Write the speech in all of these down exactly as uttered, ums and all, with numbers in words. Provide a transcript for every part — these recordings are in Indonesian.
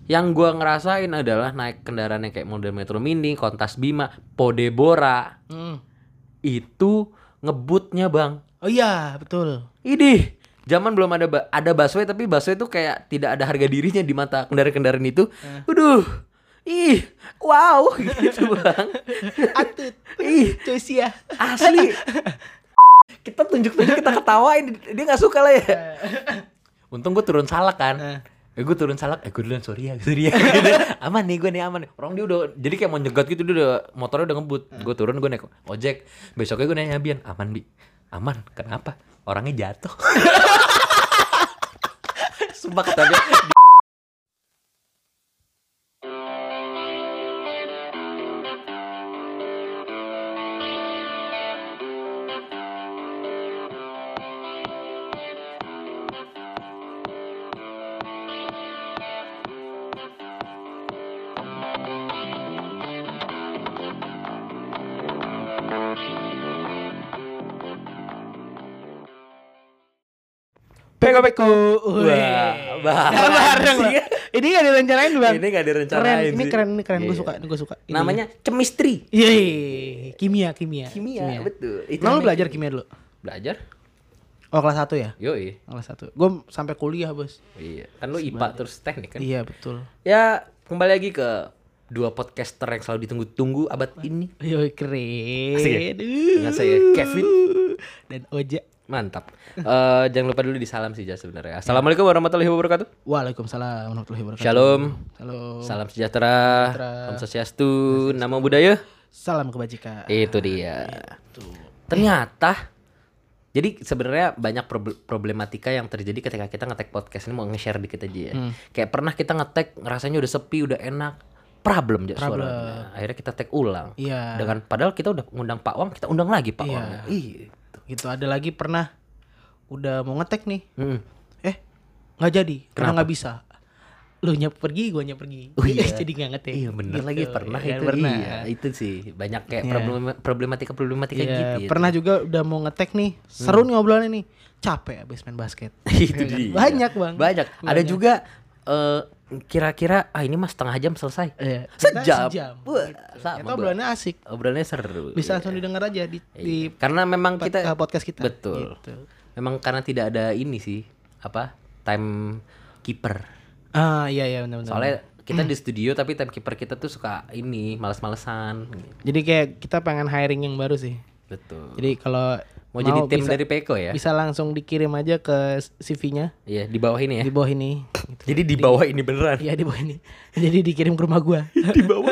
Yang gue ngerasain adalah naik kendaraan yang kayak model Metro Mini, Kontas Bima, Podebora. Hmm. Itu ngebutnya bang. Oh iya betul. Idih, zaman belum ada ba- ada busway, tapi busway itu kayak tidak ada harga dirinya di mata kendaraan-kendaraan itu. Eh. Waduh, ih, wow, gitu bang. Atut. Ih, Cusia. asli. Kita tunjuk-tunjuk, kita ketawain, dia nggak suka lah ya. Untung gue turun salak kan. Eh. Eh gue turun salak, eh gue duluan sorry ya, sorry ya. Gitu. Aman nih gue nih aman nih. Orang dia udah, jadi kayak mau nyegat gitu, dia udah motornya udah ngebut. Gue turun, gue naik ojek. Besoknya gue nanya Bian, aman Bi? Aman, kenapa? Orangnya jatuh. Sumpah kata dia. Peko-peko. Wah, bareng bareng sih. loh. Ini gak direncanain bang. Ini gak direncanain Keren, sih. ini keren, ini keren. Gue Iya. suka, ini gue suka. Ini. Namanya chemistry. Iya, iya, kimia, kimia. Kimia, betul. Itu Emang lu namanya belajar kimia dulu? Belajar? Oh kelas satu ya? Yoi. Kelas satu. Gue sampai kuliah bos. Iya, kan lu I P A terus teknik kan? Iya betul. Ya, kembali lagi ke dua podcaster yang selalu ditunggu-tunggu abad ini. Yoi keren. Asik ya? Dengan saya Kevin dan Oja. Mantap. Eh jangan lupa dulu disalam sih Jas sebenarnya. Assalamualaikum warahmatullahi wabarakatuh. Waalaikumsalam warahmatullahi wabarakatuh. Shalom. Halo. Salam sejahtera. Sejahtera. Om Swastiastu. Namo Buddhaya. Salam kebajikan. Itu dia. Tuh. Ternyata jadi sebenarnya banyak prob- problematika yang terjadi ketika kita nge-tag podcast ini, mau nge-share dikit aja ya. Hmm. Kayak pernah kita nge-tag rasanya udah sepi, udah enak. Problem aja Problem. suaranya. Akhirnya kita tag ulang. Iya. Dengan padahal kita udah ngundang Pak Wang, kita undang lagi Pak Iya. Wang. Iya. Gitu ada lagi pernah udah mau ngetek nih. Hmm. Eh nggak jadi karena Kenapa? nggak bisa. Lu nya pergi, gua nya pergi. Oh iya. Jadi nggak ngetek. Iya bener Gitu. lagi pernah Ya, itu. pernah. Iya, itu sih banyak kayak Iya. problem- problematika-problematika Iya, gitu ya. pernah juga udah mau ngetek nih. Seru nih obrolannya nih. Capek abis main basket. Itu Ya kan? dia. Banyak bang. Banyak. Ada Banyak. juga eh, kira-kira ah ini mah setengah jam selesai. Iya. Sejam. Sejam. Wah, Gitu. sama, Itu Bang. obrolannya asik. Obrolannya seru. Bisa Iya. langsung didengar aja di, di Karena memang pod- kita uh, podcast kita. Betul. Gitu. Memang karena tidak ada ini sih apa time keeper. Ah iya iya benar-benar. Soalnya kita di studio tapi time keeper kita tuh suka ini males-malesan. Jadi kayak kita pengen hiring yang baru sih. Betul. Jadi kalau Mau jadi tim bisa, dari Peko ya? bisa langsung dikirim aja ke C V-nya Iya di bawah ini ya. di bawah ini. Gitu. Jadi di bawah ini beneran. Iya di bawah ini. Jadi dikirim ke rumah gua. Di bawah.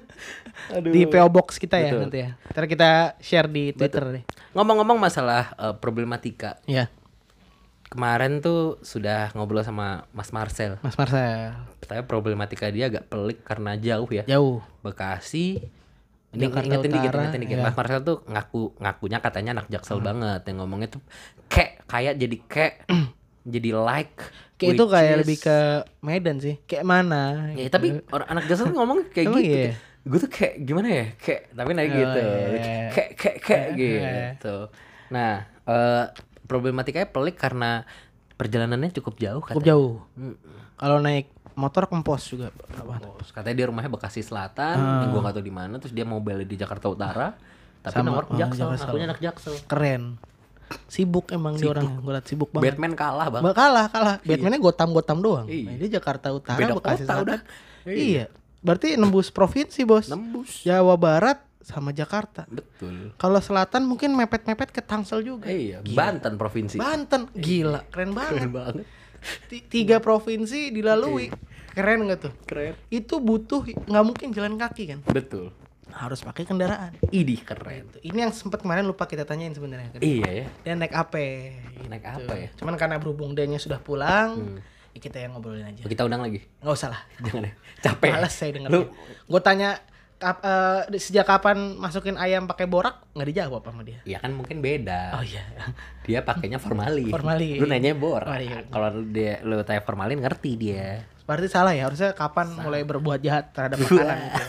Aduh. Di P O Box kita ya Betul. nanti ya. Ntar kita share di Twitter deh. Ngomong-ngomong masalah eh, problematika. Iya, Kemarin tuh sudah ngobrol sama Mas Marcel. Mas Marcel. Tapi problematika dia agak pelik karena jauh ya. Jauh. Bekasi. Ini Jakarta ingetin dikit, Utara, ingetin dikit. iya. Mas Marcel tuh ngaku ngakunya katanya anak Jaksel banget, yang ngomongnya tuh kayak kayak jadi kayak jadi like. Kayak itu which kayak is- lebih ke Medan sih. Kayak mana? Ya, gitu. tapi orang anak Jaksel tuh ngomong kayak Emang gitu. iya? Gue tuh kayak gimana ya? Kayak tapi naik Oh, gitu. iya. Kayak kayak kayak Iya. gitu. Nah, eh problematikanya pelik karena perjalanannya cukup jauh Cukup katanya. jauh. Mm. Kalau naik motor kempos juga. Berapa? Terus katanya dia rumahnya Bekasi Selatan, Ah. yang gue gak tahu di mana. Terus dia mau balik di Jakarta Utara, tapi Sama, nomor oh, Jaksel, Jaksel. akunya anak Jaksel. Keren. Sibuk emang dia Sibuk. orangnya. Gue liat sibuk banget. Batman kalah bang. Ba- kalah kalah. Batman-nya Gotham-Gotham doang. Iya. Nah, dia Jakarta Utara, Beda Bekasi kota Selatan. udah. Iya. Berarti nembus provinsi, Bos. Nembus. Jawa Barat sama Jakarta. Betul. Kalau selatan mungkin mepet-mepet ke Tangsel juga. Iya, Gila. Banten provinsi. Banten, gila, keren banget. Keren banget. Ti- Tiga provinsi dilalui. Keren nggak tuh? Keren. Itu butuh nggak mungkin jalan kaki kan? Betul. Harus pakai kendaraan. Idih keren. Ini yang sempat kemarin lupa kita tanyain sebenarnya. Kan? Iya ya. Dia naik apa? Gitu. Naik apa ya? Cuman karena berhubung dianya sudah pulang, Hmm. ya kita yang ngobrolin aja. Kita undang lagi. Nggak usah lah. Jangan ya. Capek. Males saya denger. Lu Gue tanya kap- eh, sejak kapan masukin ayam pakai borak, nggak dijawab sama dia. ya kan mungkin beda. Oh iya. Dia pakainya formalin. Formalin. Lu nanya bor. Oh, iya. Kalau dia lu tanya formalin ngerti dia. Berarti salah ya, harusnya kapan mulai berbuat jahat terhadap makanan gitu.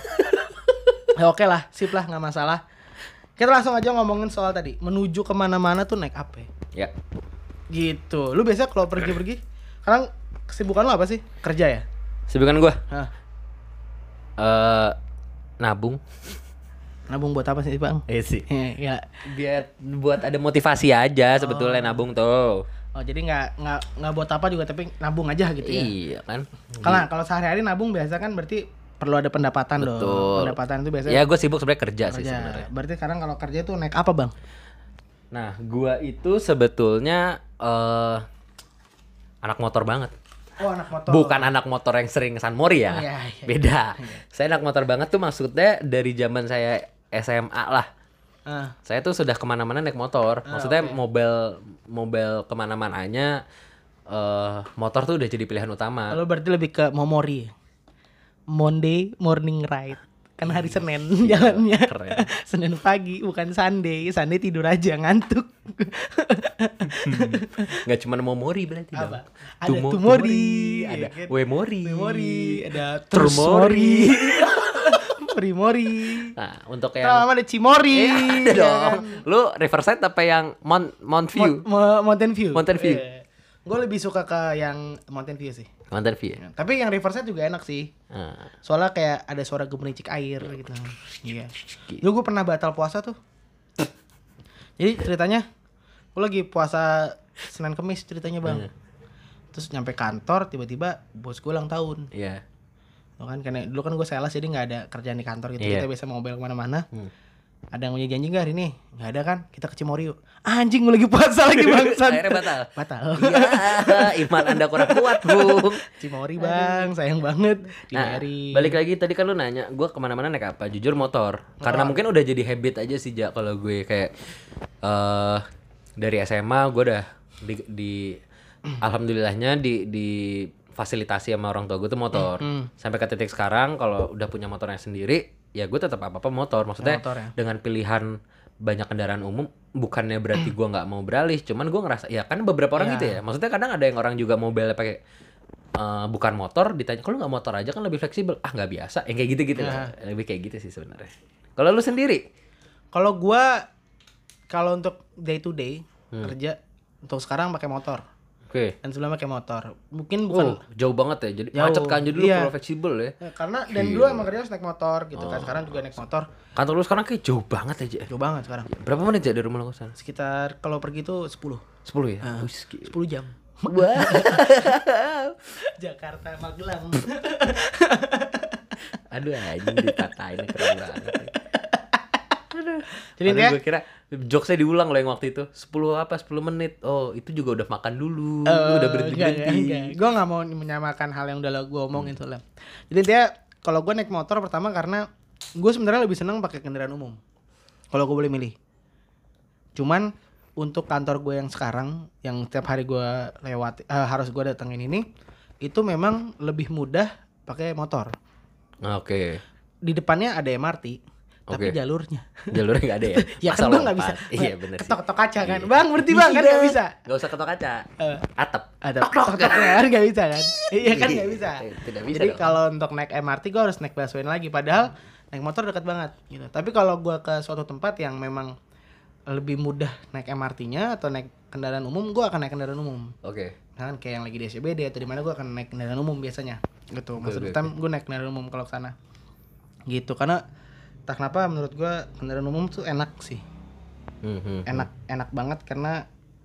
Ya oke lah, sip lah, nggak masalah. Kita langsung aja ngomongin soal tadi, menuju kemana-mana tuh naik apa? Ya. Gitu. Lu biasa kalau pergi-pergi, sekarang kesibukan lu apa sih? Kerja ya? Kesibukan gue Hah. eh nabung. Nabung buat apa sih bang? Eh sih. Ya. Biar buat ada motivasi aja sebetulnya nabung tuh. Oh jadi nggak nggak nggak buat apa juga tapi nabung aja gitu ya? Iya kan. Kalau kalau sehari-hari nabung biasa kan berarti perlu ada pendapatan dong. Betul. Pendapatan itu biasanya. Ya gue sibuk sebenarnya kerja, sih kerja. sebenarnya. Berarti sekarang kalau kerja tuh naik apa bang? Nah, gue itu sebetulnya eh anak motor banget. Oh anak motor. Bukan anak motor yang sering San Mori ya. Iya, iya. Beda. Saya anak motor banget tuh maksudnya dari zaman saya S M A lah. Ah. Saya tuh sudah kemana-mana naik motor. Maksudnya okay. mobil mobil kemana-mananya eh motor tuh udah jadi pilihan utama. Kalau berarti lebih ke Momori. Monday morning ride. Kan hari Senin jalannya. Keren. Senin pagi bukan Sunday. Sunday tidur aja ngantuk. Nggak cuma Momori berarti dong. Apa? Ada Tumo- Tumori, ada ya kan? Wemori. Memori, ada Trumori. Primori. Nah, untuk Yang yang ada Cimori. Eh, ada ya dong. kan? Lu Riverside apa yang Mount Mount View? Mo- Mo- Mountain View. Mountain View. Gue lebih suka ke yang Mountain View sih. Mountain View. ya? Tapi yang Riverside juga enak sih. Nah, Soalnya kayak ada suara gemericik air gitu. Iya. Dulu gue pernah batal puasa tuh. Jadi ceritanya gue lagi puasa Senin Kemis ceritanya bang. Hmm. Terus nyampe kantor tiba-tiba bos gue ulang tahun. iya. Tuh kan karena dulu kan gue sales jadi nggak ada kerjaan di kantor gitu. Iya. Kita biasa mobil kemana-mana. Hmm. Ada yang punya janji nggak hari ini? Nggak ada kan? Kita ke Cimori yuk. Anjing gue lagi puasa lagi bangsat. Akhirnya batal. Batal. Iya, iman Anda kurang kuat, Bung. Cimori bang, sayang banget. Nah, Dibayarin. balik lagi tadi kan lu nanya, gue kemana-mana naik apa? Jujur motor. Karena mungkin udah jadi habit aja sih, Ja. Kalau gue kayak eh dari S M A gue udah di, di alhamdulillahnya di di fasilitasi sama orang tua gue tuh motor. Hmm. Sampai ke titik sekarang kalau udah punya motornya sendiri, ya gue tetap apa-apa motor. Maksudnya Motor ya. dengan pilihan banyak kendaraan umum, bukannya berarti gue nggak mau beralih, cuman gue ngerasa ya kan beberapa orang Ya. gitu ya. Maksudnya kadang ada yang orang juga mobilnya pakai eh, bukan motor, ditanya kalau nggak motor aja kan lebih fleksibel. Ah nggak biasa, yang kayak gitu-gitu lah. Lebih kayak gitu sih sebenarnya. Kalau lu sendiri? Kalau gua kalau untuk day to day Hmm. kerja untuk sekarang pakai motor Oke. dan sebelumnya pakai motor. Mungkin Oh, bukan jauh banget ya. Jadi Jauh. macet kan jadi lu Iya. perlu fleksibel ya. ya, karena dan dulu emang kerja harus naik motor gitu kan. Sekarang juga naik motor. Kantor lu sekarang kayak jauh banget aja. Jauh banget sekarang. Berapa menit ya dari rumah lu ke sana? Sekitar kalau pergi tuh sepuluh sepuluh ya? Wih, gila. sepuluh jam. Wah. Jakarta Magelang. Aduh anjing dikatain keren banget. Jadi Padahal dia gue kira jokesnya diulang loh yang waktu itu sepuluh apa sepuluh menit. Oh itu juga udah makan dulu. Lu udah berhenti-berhenti. Gue nggak mau menyamakan hal yang udah gue omongin tuh lah. Jadi dia kalau gue naik motor pertama karena gue sebenarnya lebih senang pakai kendaraan umum. Kalau gue boleh milih. Cuman untuk kantor gue yang sekarang yang setiap hari gue lewat eh, harus gue datengin ini itu memang lebih mudah pakai motor. Oke. Di depannya ada M R T. Tapi Oke. jalurnya Jalurnya nggak ada ya? ya Masa kan gue nggak lompat. bisa Iya bener sih. ketok-ketok kaca kan Iya. bang berarti bang kan nggak bisa Gak usah ketok kaca. Eh. Atap. ada ketok-ketoknya kan nggak bisa kan iya kan nggak bisa Tidak bisa jadi dong. kalau untuk naik M R T gue harus naik busway lagi padahal naik motor dekat banget gitu tapi kalau gue ke suatu tempat yang memang lebih mudah naik M R T-nya atau naik kendaraan umum gue akan naik kendaraan umum Oke. kan kayak yang lagi di S C B D atau di mana gue akan naik kendaraan umum biasanya gitu maksud oke, kita gue naik kendaraan umum kalau ke sana gitu karena entah kenapa menurut gue kendaraan umum tuh enak sih Hmm, hmm, enak enak banget karena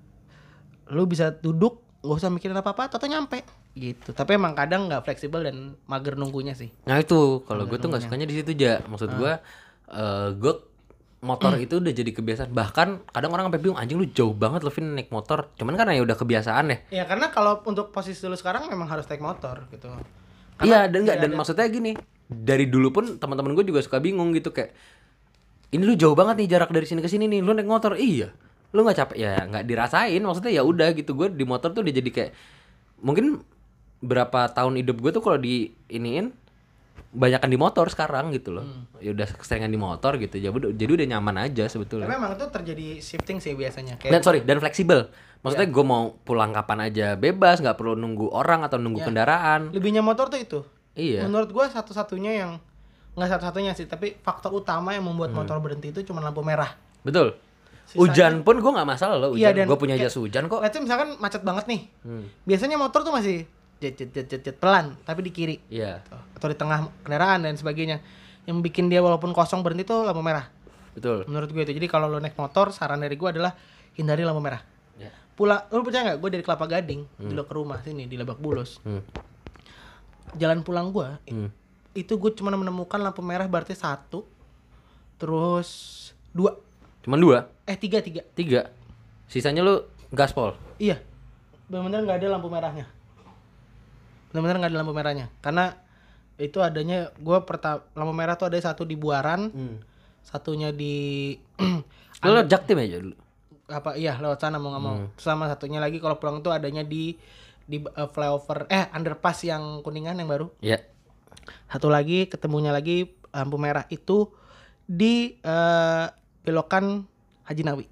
lu bisa duduk gak usah mikirin apa apa atau nyampe gitu tapi emang kadang nggak fleksibel dan mager nunggunya sih Nah itu kalau gue tuh nggak sukanya di situ aja. Maksud gue, eh gue motor itu udah jadi kebiasaan. Bahkan kadang orang sampai bingung anjing lu jauh banget lu Vin naik motor. Cuman karena ya udah kebiasaan ya. ya karena kalau untuk posisi lu sekarang memang harus naik motor gitu Iya dan enggak tidak dan ada- maksudnya gini. Dari dulu pun teman-teman gue juga suka bingung gitu kayak ini lu jauh banget nih jarak dari sini ke sini nih lu naik motor. Iya. Lu nggak capek ya nggak dirasain maksudnya ya udah gitu gue di motor tuh udah jadi kayak mungkin berapa tahun hidup gue tuh kalau di iniin banyakan di motor sekarang gitu loh. Ya udah keseringan di motor gitu. Jadi udah jadi udah nyaman aja sebetulnya. tapi memang itu terjadi shifting sih biasanya Dan kayak sorry dan fleksibel. Maksudnya gue mau pulang kapan aja bebas, nggak perlu nunggu orang atau nunggu Ya. kendaraan. lebihnya motor tuh itu Iya. menurut gua satu-satunya yang nggak satu-satunya sih tapi faktor utama yang membuat Hmm. motor berhenti itu cuma lampu merah Betul. Sisanya- Hujan pun gue nggak masalah loh. Iya, Hujan. dan Gue punya kayak- jas hujan kok. let's say misalkan macet banget nih Hmm. biasanya motor tuh masih jet jet jet jet, jet pelan tapi di kiri Iya. atau di tengah kendaraan dan sebagainya. Yang bikin dia walaupun kosong berhenti tuh lampu merah. Betul. Menurut gue itu. Jadi kalau lo naik motor, saran dari gue adalah hindari lampu merah. Ya. Pulang, lo percaya nggak? Gue dari Kelapa Gading hmm. dulu ke rumah sini di Lebak Bulus. Hmm. Jalan pulang gue Hmm. itu gue cuma menemukan lampu merah berarti satu, terus dua. Cuman dua? Eh tiga tiga. Tiga. Sisanya lu gaspol. Iya. Benar-benar nggak ada lampu merahnya. Benar-benar nggak ada lampu merahnya. Karena itu adanya gue pertama lampu merah tuh ada satu di Buaran, hmm. satunya di lu lewat Jaktim aja dulu. Apa iya lewat sana mau nggak mau. Hmm. Sama satunya lagi kalau pulang tuh adanya di di uh, flyover eh underpass yang Kuningan yang baru. Iya. Satu lagi ketemunya lagi lampu merah itu di uh, belokan Haji Nawi.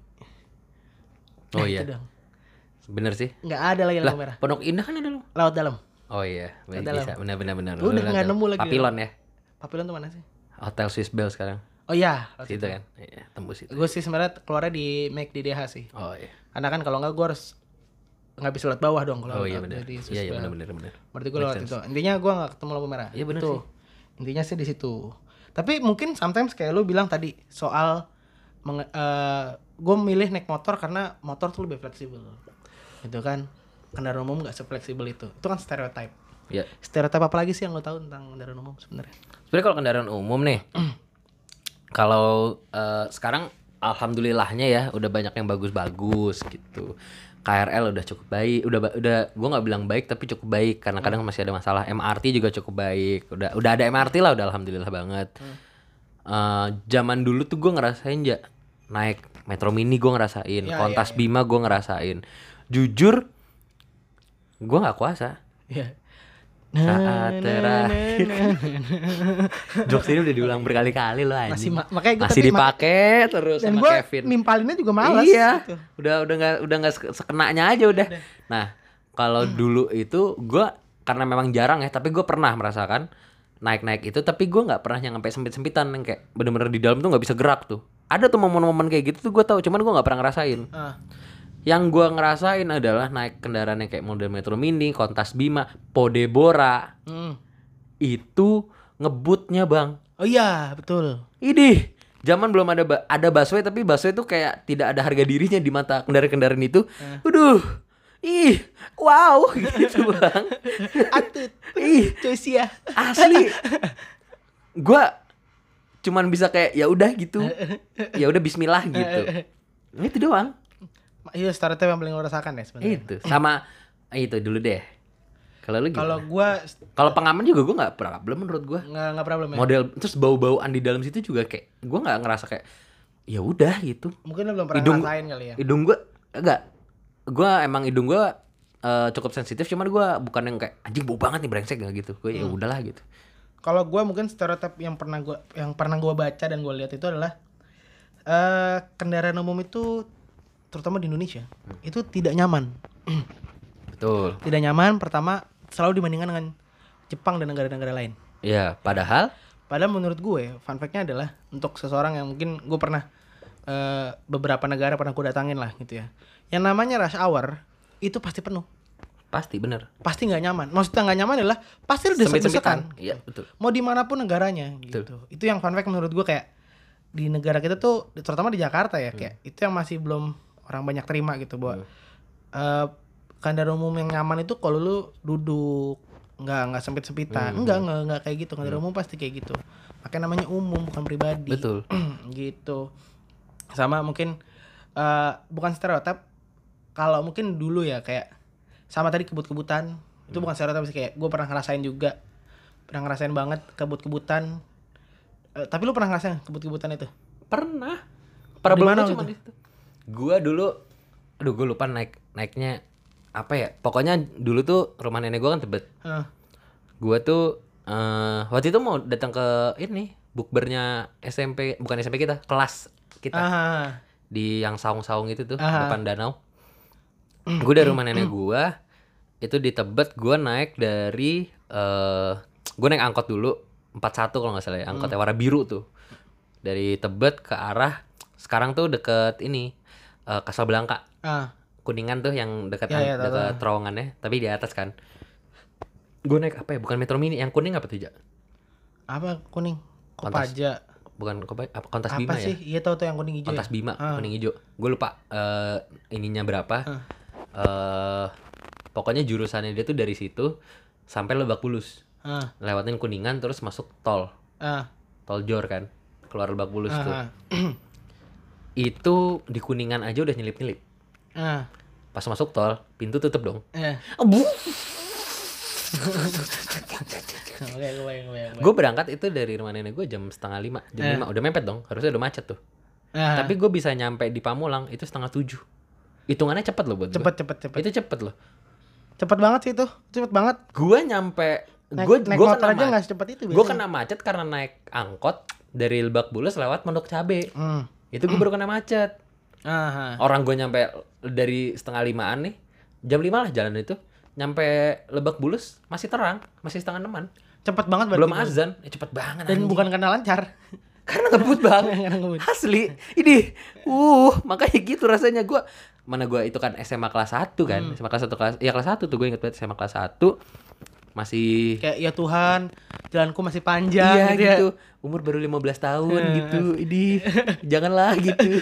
Oh nah, iya. Itu dong. Bener sih. Nggak ada lagi lampu Lah, merah. Pondok Indah kan ada lu. Laut dalam. Oh iya, Dalam. bisa. Benar-benar benar. Lu udah nggak nemu lagi. Papilon ya. Papilon tuh mana sih? Hotel Swiss Bell sekarang. Oh iya, Situ kan. Iya, tembus itu. gue sih sebenarnya keluarnya di Mac di D H sih. Oh iya. Karena kan kalau nggak gue harus nggak bisa lewat bawah dong kalau Oh iya benar. di Iya iya benar benar benar. Berarti gue lewat itu. Intinya gue nggak ketemu lampu merah. Iya benar itu. sih. Intinya sih di situ. Tapi mungkin sometimes kayak lu bilang tadi soal menge- uh, gue milih naik motor karena motor tuh lebih fleksibel. Gitu kan. Kendaraan umum nggak sefleksibel itu. Itu kan stereotype. Iya. Stereotip apa lagi sih yang lo tahu tentang kendaraan umum sebenarnya? Sebenarnya kalau kendaraan umum nih, kalau uh, sekarang alhamdulillahnya ya udah banyak yang bagus-bagus gitu. K R L udah cukup baik, udah udah gue nggak bilang baik tapi cukup baik karena kadang masih ada masalah. M R T juga cukup baik, udah udah ada M R T lah, udah alhamdulillah banget. Hmm. Uh, zaman dulu tuh gue ngerasain ya naik Metro Mini gue ngerasain, Ya, Kontas ya, ya. Bima gue ngerasain. Jujur, gue nggak kuasa. Iya. Saat terakhir. Jokes ini udah diulang berkali-kali loh Masih anjing. ma- makanya gua masih tapi- dipakai terus Dan sama gue Kevin. nimpalinnya juga malas. Iya. Gitu. Udah udah nggak udah nggak sek- sekenanya aja udah. Nah, kalau dulu itu gue karena memang jarang ya, tapi gue pernah merasakan naik-naik itu, tapi gue nggak pernah yang sampai sempit-sempitan yang kayak bener-bener di dalam tuh nggak bisa gerak tuh. Ada tuh momen-momen kayak gitu tuh gue tahu, cuman gue nggak pernah ngerasain. Ah. Yang gue ngerasain adalah naik kendaraan yang kayak model Metro Mini, Kontas Bima, Podebora. Hmm. Itu ngebutnya bang. Oh iya betul. Idih, zaman belum ada ba- ada busway, tapi busway itu kayak tidak ada harga dirinya di mata kendaraan-kendaraan itu. Eh. Waduh, ih, wow, gitu bang. Atut. Ih, Cosia. asli. Gua cuman bisa kayak ya udah gitu, ya udah Bismillah gitu. Itu doang. Iya stereotip yang paling lo rasakan ya sebenarnya. Itu sama itu dulu deh. Kalau lu Kalau gimana? gua Kalau pengaman juga gue nggak problem menurut gue. nggak nggak problem ya. Model terus bau-bauan di dalam situ juga kayak gue nggak ngerasa kayak ya udah gitu. Mungkin lo belum pernah Hidung- ngerasain kali ya. Hidung gue enggak. Gue emang hidung gue uh, cukup sensitif, cuman gue bukan yang kayak anjing bau banget nih brengsek gak gitu. Gue ya udahlah gitu. Kalau gua mungkin stereotip yang pernah gua yang pernah gua baca dan gua lihat itu adalah eh kendaraan umum itu terutama di Indonesia itu tidak nyaman. Betul. Tidak nyaman pertama selalu dibandingkan dengan Jepang dan negara-negara lain. Ya, padahal Padahal menurut gue, fun fact-nya adalah untuk seseorang yang mungkin gue pernah eh, beberapa negara pernah gue datangin lah gitu ya. Yang namanya rush hour itu pasti penuh, pasti bener. pasti nggak nyaman. Maksudnya nggak nyaman adalah pasti udah Sempit-sempitan. desek-desekan. Iya, betul. Mau dimanapun negaranya gitu. Itu yang fun fact menurut gue kayak di negara kita tuh, terutama di Jakarta ya, kayak itu yang masih belum orang banyak terima gitu bahwa eh, kendaraan umum yang nyaman itu kalau lu duduk nggak nggak sempit-sempitan, Hmm. enggak nggak nggak kayak gitu. Kendaraan umum pasti kayak gitu. Makanya namanya umum bukan pribadi. Betul. Gitu. Sama mungkin eh, bukan stereotip. Kalau mungkin dulu ya kayak sama tadi kebut-kebutan itu bukan stereotip sih, kayak gue pernah ngerasain juga, pernah ngerasain banget kebut-kebutan. Eh, tapi lu pernah ngerasain kebut-kebutan itu? Pernah. Problem mana gue cuma waktu di situ. Gua dulu aduh gue lupa naik naiknya apa ya? Pokoknya dulu tuh rumah nenek gua kan Tebet. Heeh. Gua tuh eh waktu itu mau datang ke ini bukbernya S M P, bukan S M P kita, kelas kita Ah, di yang saung-saung itu tuh Aha. depan danau. Gue dari rumah nenek gua itu di Tebet, gua naik dari eh gua naik angkot dulu empat satu kalau nggak salah ya, angkotnya warna biru tuh. Dari Tebet ke arah sekarang tuh deket ini eh Casablanca. ah, Kuningan tuh yang dekat Ya, ya, tahu, dekat tahu. terowongannya, tapi di atas kan. Gue naik apa ya? Bukan Metro Mini, yang kuning apa tuh, Ja? Apa kuning? Kontas. Kopaja. Bukan Kopaja, apa Kontas Apa Bima sih? ya? Iya tahu tuh yang kuning hijau. Kontas ya? Bima, Ah. kuning hijau. Gue lupa eh ininya berapa. Ah. Eh pokoknya jurusannya dia tuh dari situ sampai Lebak Bulus. Ah. Lewatin Kuningan terus masuk tol. Ah. Tol Jor kan. Keluar Lebak Bulus Ah. tuh. Ah. Itu di Kuningan aja udah nyelip-nyelip. Ah. Pas masuk tol, pintu tutup dong. Eh. Abu. Oke, gue bayang, gue bayang. Gue berangkat itu dari rumah nenek gue jam setengah lima, jam Eh. lima udah mepet dong, harusnya udah macet tuh. Ah. Tapi gue bisa nyampe di Pamulang itu setengah tujuh. Hitungannya cepet loh buat gue. cepet cepet cepet. Itu cepet loh. Cepet banget sih itu. Cepet banget. Gue nyampe, Naik, gue naik gue motor kena aja ma- nggak secepat itu. gue biasanya. kena macet karena naik angkot dari Lebak Bulus lewat Pondok Cabe. Hmm. Itu gue baru kena macet. Ah. Orang gue nyampe dari setengah limaan nih, jam lima lah jalan itu, nyampe Lebak Bulus masih terang, masih setengah enaman. Cepet banget berarti. Belum itu. azan, eh, cepet banget. Dan anjing. bukan karena lancar. Karena ngebut banget. Karena ngebut. Asli. Ini, uh, makanya gitu rasanya gue. Mana gue itu kan S M A kelas satu kan, Hmm. S M A kelas satu kelas, ya kelas satu tuh gue inget banget S M A kelas satu masih Kayak ya Tuhan, jalanku masih panjang. iya gitu. ya. gitu. Umur baru lima belas tahun gitu. Ini janganlah gitu.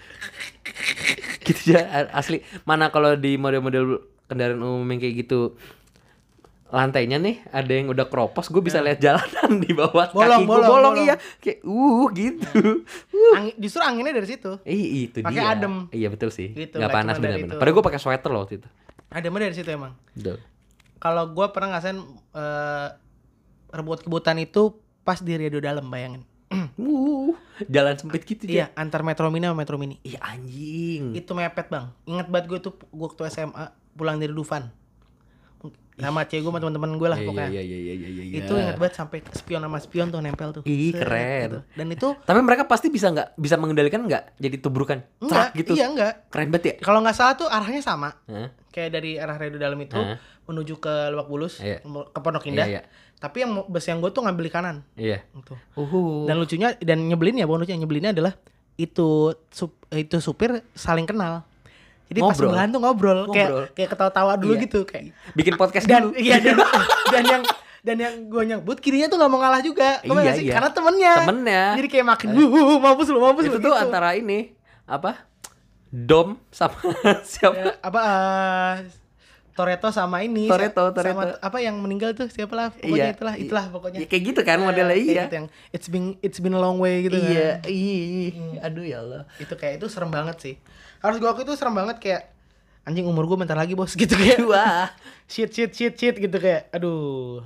Gitu ya asli. Mana kalau di model-model kendaraan umum yang kayak gitu lantainya nih ada yang udah keropos, gue bisa lihat jalanan di bawah Bolong, kaki gue bolong, bolong, bolong. iya kayak uh gitu. Uh. Angin, justru anginnya dari situ. Ih, itu Pakai dia. adem. Iya betul sih. Gitu, Nggak nggak panas cuma dari benar-benar. itu. Padahal gue pakai sweater loh waktu itu. Ada mah dari situ emang. Betul. Kalau gue pernah ngerasain uh, rebut-kebutan itu pas di Rio Dalam, bayangin. Uh, jalan sempit gitu ya. Iya, antar Metro Mini sama Metro Mini. Iya anjing. Itu mepet bang. Ingat banget gue tuh gue waktu S M A pulang dari Dufan sama cewek gue sama teman-teman gue lah Iya, pokoknya. Iya iya iya iya iya. Itu ingat banget sampai spion sama spion tuh nempel tuh. Ih, Set, keren. gitu. Dan itu Tapi mereka pasti bisa nggak bisa mengendalikan nggak jadi tubrukan enggak, cerak gitu. iya enggak. Keren banget ya. Kalau nggak salah tuh arahnya sama. Hah? Kayak dari arah Rio Dalam itu Hah? menuju ke Lebak Bulus, Iya. ke Pondok Indah. Iya, iya. Tapi yang bus yang gue tuh ngambil di kanan. Iya. Gitu. Uhu. Dan lucunya dan nyebelinnya, bukan lucunya, nyebelinnya adalah itu sup, itu supir saling kenal. Jadi pas Ngobrol. sebelahan tuh ngobrol, Ngobrol. kayak kayak ketawa-tawa dulu Iya. gitu kayak. Bikin podcast Dan dulu. iya dan, dan yang dan yang gue nyebut kirinya tuh nggak mau ngalah juga. Kebayang Iya, nggak sih? iya. Karena temennya. Temennya. Jadi kayak makin uh, mampus lu, mampus Itu lu. tuh gitu. antara ini apa? Dom sama siapa? Ya, apa uh, Toretto sama ini Toretto, sa- Toretto. sama apa yang meninggal tuh siapa lah pokoknya Iya. itulah itulah pokoknya. Ya, kayak gitu kan modelnya Eh, kayak iya. gitu yang it's been it's been a long way gitu Iya, kan. ih, aduh ya Allah. Itu kayak itu serem banget sih. Harus gua aku itu serem banget kayak anjing umur gua bentar lagi bos gitu kayak. Wah. shit shit shit shit gitu kayak aduh.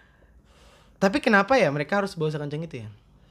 Tapi kenapa ya mereka harus bawa sekencang itu ya?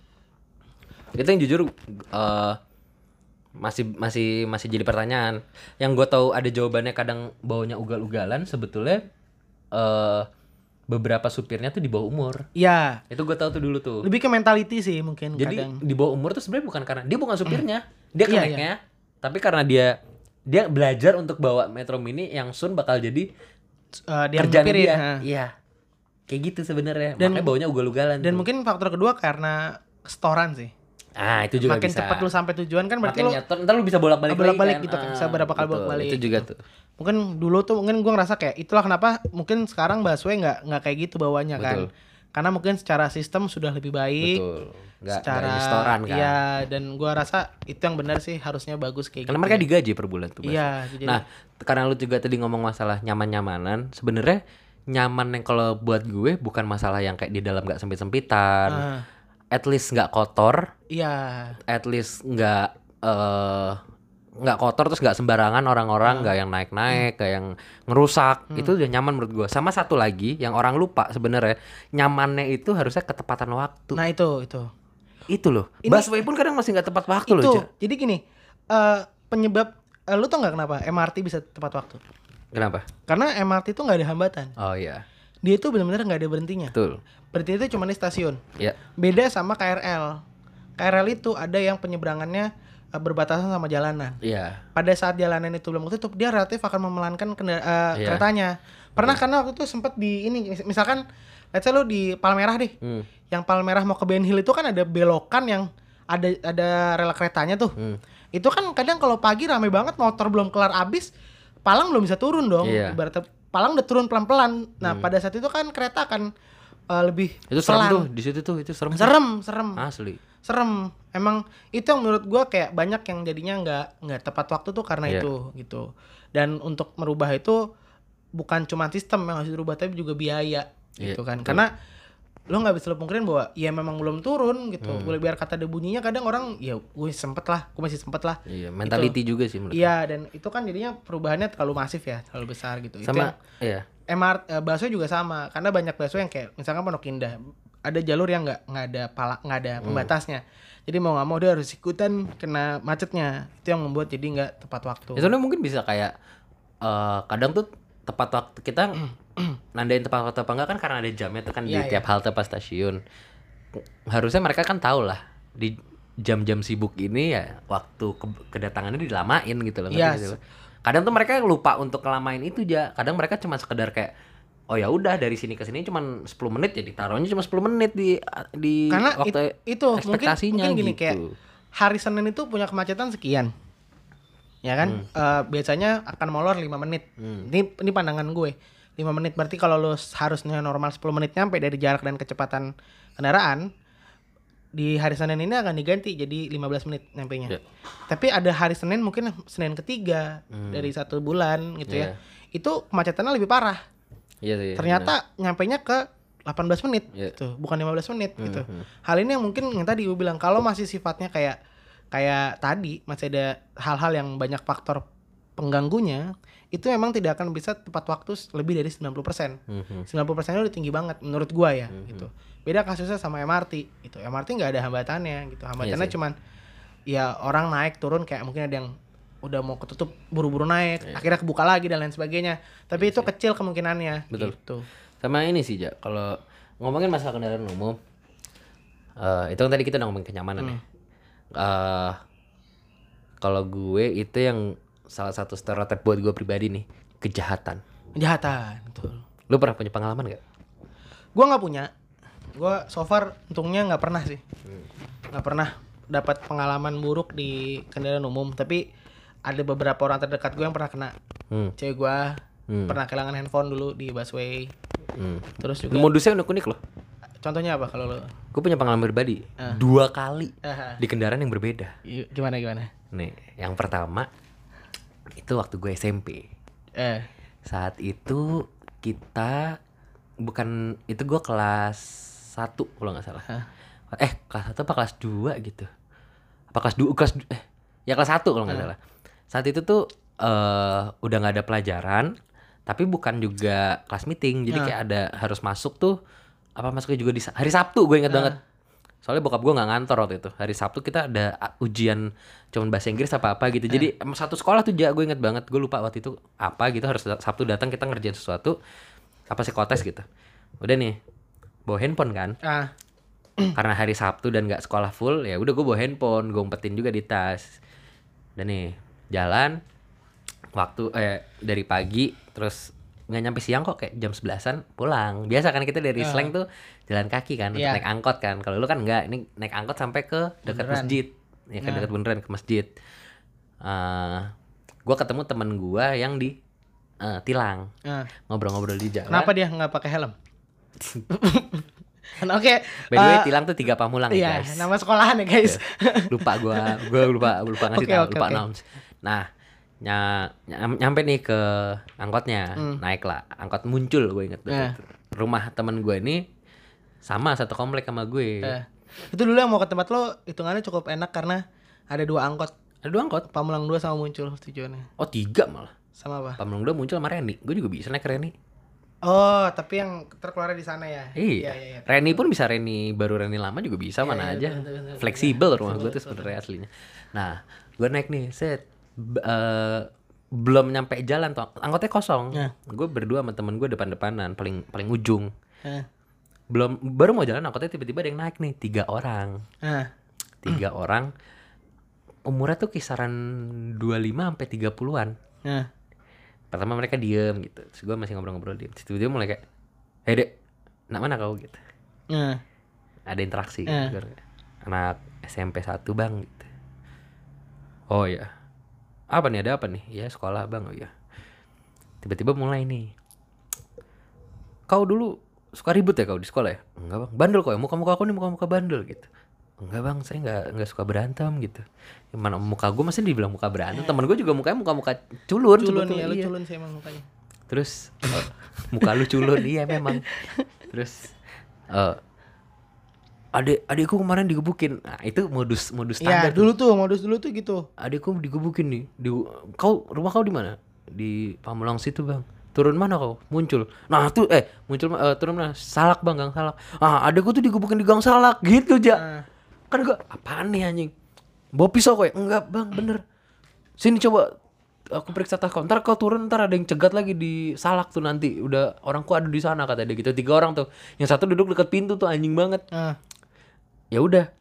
Itu yang jujur eh, masih masih masih jadi pertanyaan. Yang gue tahu ada jawabannya kadang baunya ugal-ugalan sebetulnya eh beberapa supirnya tuh di bawah umur. Iya. Itu gue tahu tuh dulu tuh. Lebih ke mentality sih mungkin Jadi kadang. di bawah umur tuh sebenarnya bukan karena dia bukan supirnya, dia Iya, keneknya, tapi karena dia dia belajar untuk bawa Metro Mini yang soon bakal jadi Uh, dia kerjaan nyepirin, dia. ha. Iya. Kayak gitu sebenarnya. Dan- Makanya baunya ugal-ugalan. Dan tuh. mungkin faktor kedua karena setoran sih. ah itu juga Makin bisa. cepat lu sampai tujuan kan berarti Makin lu nyetor, ntar lu bisa bolak-balik bolak-balik lagi gitu kan, Ah, bisa berapa kali betul. bolak-balik Itu juga gitu. tuh. Mungkin dulu tuh mungkin gua ngerasa kayak itulah kenapa mungkin sekarang busway nggak nggak kayak gitu bawanya Betul. kan. Karena mungkin secara sistem sudah lebih baik. Betul. Nggak, Secara nggak restoran kan. Iya, dan gua rasa itu yang benar sih harusnya bagus kayak Karena gitu. mereka digaji per bulan tuh. Bas. Iya, jadi Nah, karena lu juga tadi ngomong masalah nyaman-nyamanan, sebenarnya nyaman yang kalau buat gue bukan masalah yang kayak di dalam nggak sempit-sempitan, ah, at least nggak kotor, iya. at least nggak eh, nggak kotor terus nggak sembarangan orang-orang, nggak yang naik-naik, nggak yang ngerusak, itu udah nyaman menurut gue. Sama satu lagi yang orang lupa sebenarnya, nyamannya itu harusnya ketepatan waktu. Nah, itu itu. Itu loh. Ini- Busway pun kadang masih nggak tepat waktu loh, Itu. Ja. Jadi gini, eh penyebab eh, lu tau nggak kenapa M R T bisa tepat waktu? Kenapa? Karena M R T itu nggak ada hambatan. Oh iya, Dia itu benar-benar nggak ada berhentinya. betul. Berarti itu cuma di stasiun. Ya. Beda sama K R L. K R L itu ada yang penyebrangannya uh, berbatasan sama jalanan. Iya. Pada saat jalanan itu belum tutup, dia relatif akan memelankan kendara- uh, Iya. keretanya. Pernah karena waktu itu sempat di ini, mis- misalkan, let's say lu di Palmerah deh. Hmm. Yang Palmerah mau ke Ben Hill itu kan ada belokan yang ada ada rel keretanya tuh. Hmm. Itu kan kadang kalau pagi rame banget, motor belum kelar abis, palang belum bisa turun dong. Iya. Ibaratnya palang udah turun pelan-pelan. Nah, Hmm. pada saat itu kan kereta akan uh, lebih Itu serem pelan. tuh di situ tuh, itu serem. Serem, serem. Asli. Serem. Emang itu yang menurut gua kayak banyak yang jadinya nggak nggak tepat waktu tuh karena Iya. itu gitu. Dan untuk merubah itu bukan cuma sistem yang harus dirubah tapi juga biaya Iya, gitu kan. betul. Karena lo nggak bisa lo pungkirin bahwa ya memang belum turun gitu. Hmm. Boleh biar kata ada bunyinya kadang orang ya gue sempet lah, gue masih sempet lah. Iya, mentality juga sih menurut. Iya, dan itu kan jadinya perubahannya terlalu masif ya, terlalu besar gitu. Itu yang- Sama iya. M R T eh, bakso juga sama karena banyak bakso yang kayak misalkan Pondok Indah ada jalur yang nggak nggak ada pala nggak ada Hmm. pembatasnya jadi mau nggak mau dia harus ikutan kena macetnya itu yang membuat jadi nggak tepat waktu. Ya, sebenarnya mungkin bisa kayak eh, kadang tuh tepat waktu kita nandain tepat waktu apa enggak kan karena ada jamnya tuh kan di Iya, tiap halte pas stasiun. Harusnya mereka kan tahu lah di jam-jam sibuk ini ya waktu ke- kedatangannya dilamain gitu loh. ngerti Iya. nggak sih lo? Kadang tuh mereka lupa untuk ngelamain itu aja. Kadang mereka cuma sekedar kayak oh ya udah dari sini ke sini cuma sepuluh menit jadi taruhnya cuma sepuluh menit di di Karena waktu it- itu mungkin ekspektasinya mungkin gini gitu. kayak hari Senin itu punya kemacetan sekian ya kan. Eh, biasanya akan molor lima menit. Hmm. Ini ini pandangan gue. lima menit berarti kalau lo harusnya normal sepuluh menit nyampe dari jarak dan kecepatan kendaraan di hari Senin ini akan diganti jadi lima belas menit nyampenya. Ya. Tapi ada hari Senin mungkin Senin ketiga Hmm. dari satu bulan gitu Iya. ya. Itu kemacetannya lebih parah. Iya sih. Ternyata nyampenya ke delapan belas menit Iya. gitu, bukan lima belas menit gitu. hmm. Hal ini yang mungkin yang tadi gue bilang kalau masih sifatnya kayak kayak tadi masih ada hal-hal yang banyak faktor pengganggunya, itu memang tidak akan bisa tepat waktu lebih dari sembilan puluh persen. benar. Hmm. sembilan puluh persen udah tinggi banget menurut gua ya Mhm. gitu. Beda kasusnya sama M R T gitu. M R T nggak ada hambatannya gitu. Hambatannya sih. cuman ya orang naik turun kayak mungkin ada yang udah mau ketutup buru-buru naik, Iya. akhirnya kebuka lagi dan lain sebagainya. Tapi itu kecil kemungkinannya. Betul. Gitu. Sama ini sih, Ja. Kalau ngomongin masalah kendaraan umum, eh itu kan tadi kita udah ngomongin kenyamanan ya. Eh kalau gue itu yang salah satu stereotip buat gue pribadi nih, kejahatan. Kejahatan, betul. Lu pernah punya pengalaman gak? Gua nggak punya. Gua so far untungnya nggak pernah sih. Hmm. Nggak pernah dapat pengalaman buruk di kendaraan umum, tapi ada beberapa orang terdekat gue yang pernah kena. Hmm. Cewek gua Hmm. pernah kehilangan handphone dulu di busway. Hmm. Terus juga Modusnya unik-unik loh. contohnya apa kalau lo? Gue punya pengalaman pribadi Ah. dua kali Aha. di kendaraan yang berbeda. Y- Gimana gimana? Nih, yang pertama itu waktu gue S M P. Eh, Saat itu kita bukan itu gue kelas satu kalau nggak salah. Hah? Eh, kelas satu apa kelas dua gitu. Apa kelas dua kelas du- eh ya kelas satu kalau nggak Hah. salah. Saat itu tuh eh udah nggak ada pelajaran, tapi bukan juga kelas meeting. Jadi Hah. kayak ada harus masuk tuh apa masuknya juga di sa- hari Sabtu gue ingat Hah. banget. Soalnya bokap gue nggak ngantor waktu itu. Hari Sabtu kita ada a- ujian cuman bahasa Inggris apa-apa gitu. Jadi emang satu sekolah tuh ja, gue inget banget. Gue lupa waktu itu apa gitu harus da- Sabtu datang kita ngerjain sesuatu apa psikotes gitu. Udah nih bawa handphone kan. ah, Karena hari Sabtu dan nggak sekolah full ya udah gue bawa handphone, gue umpetin juga di tas. Dan nih jalan waktu eh dari pagi terus nggak nyampe siang kok kayak jam sebelasan pulang. Biasa kan kita dari Ah. Slang tuh jalan kaki kan untuk Iya. naik angkot kan. Kalau lu kan enggak, ini naik angkot sampai ke dekat Beneran. masjid. Ya kan Nah. dekat beneran ke masjid. Eh gua ketemu temen gua yang di eh, Tilang ah. ngobrol-ngobrol di jalan. Kenapa dia nggak pakai helm? Nah, Oke. By the way, eh, Tilang tuh tiga Pamulang Iya, ya guys. nama sekolahan ya guys. lupa gua gua lupa lupa ngasih Oke, tahu oke, lupa oke. announce. Nah, ny- ny- nyampe nih ke angkotnya, Hmm. naik lah angkot muncul gue inget Eh. rumah temen gue ini sama satu komplek sama gue. Eh, itu dulu yang mau ke tempat lo hitungannya cukup enak karena ada dua angkot, Ada dua angkot. Pamulang dua sama Muncul tujuannya. Oh tiga malah. Sama apa? Pamulang dua muncul sama Reni. Gue juga bisa naik Reni. Oh, tapi yang terkeluar di sana ya. Iya. iya, iya. Reni pun bisa Reni baru Reni lama juga bisa Iya, mana iya, aja. betul, betul, betul. Fleksibel rumah Betul, gue tuh betul, sebenarnya aslinya. Nah, gue naik nih, set. B- eh, belum nyampe jalan tuh, angkotnya kosong. Nah. Gue berdua sama temen gue depan-depanan, paling paling ujung. Eh, Belum baru mau jalan angkotnya tiba-tiba ada yang naik nih, tiga orang. Nah, Tiga orang. Umurnya tuh kisaran dua puluh lima sampai tiga puluhan. nah, Pertama mereka diem gitu. Terus gue masih ngobrol-ngobrol diem. Terus tiba-tiba mulai kayak, "Hei Dek, nak mana kau?" gitu. nah, Ada interaksi Eh. gitu. Anak S M P satu bang gitu. Oh ya. Apa nih, ada apa nih? Ya sekolah bang. Oh ya. Tiba-tiba mulai nih. kau dulu suka ribut ya kau di sekolah ya? Enggak bang, bandel kok ya, muka-muka aku nih muka-muka bandel gitu. Enggak bang, saya nggak nggak suka berantem gitu. Mana muka gue masih dibilang muka berantem, teman gue juga mukanya muka-muka culun. Culun sebetulnya, ya, lu iya. culun sih emang mukanya. Terus uh, muka lu culun, iya memang. Terus uh, adik adikku kemarin digebukin. Nah, itu modus modus Iya, standar. dulu tuh modus dulu tuh gitu. Adikku digebukin nih. Di, kau rumah kau di mana? Di Pamulang situ bang. Turun mana kau? Muncul. Nah tuh eh muncul uh, turun mana? Salak bang, Gang Salak. Ah adikku tuh digebukin di Gang Salak gitu ja. Nah. Kan gua apaan nih anjing? Bawa pisau kau ya? Enggak bang, bener. Sini coba aku periksa tas kau. Ntar kau turun ntar ada yang cegat lagi di Salak tuh nanti. Udah orangku ada di sana kata dia gitu. Tiga orang tuh. Yang satu duduk dekat pintu tuh anjing banget. Nah. Ya udah.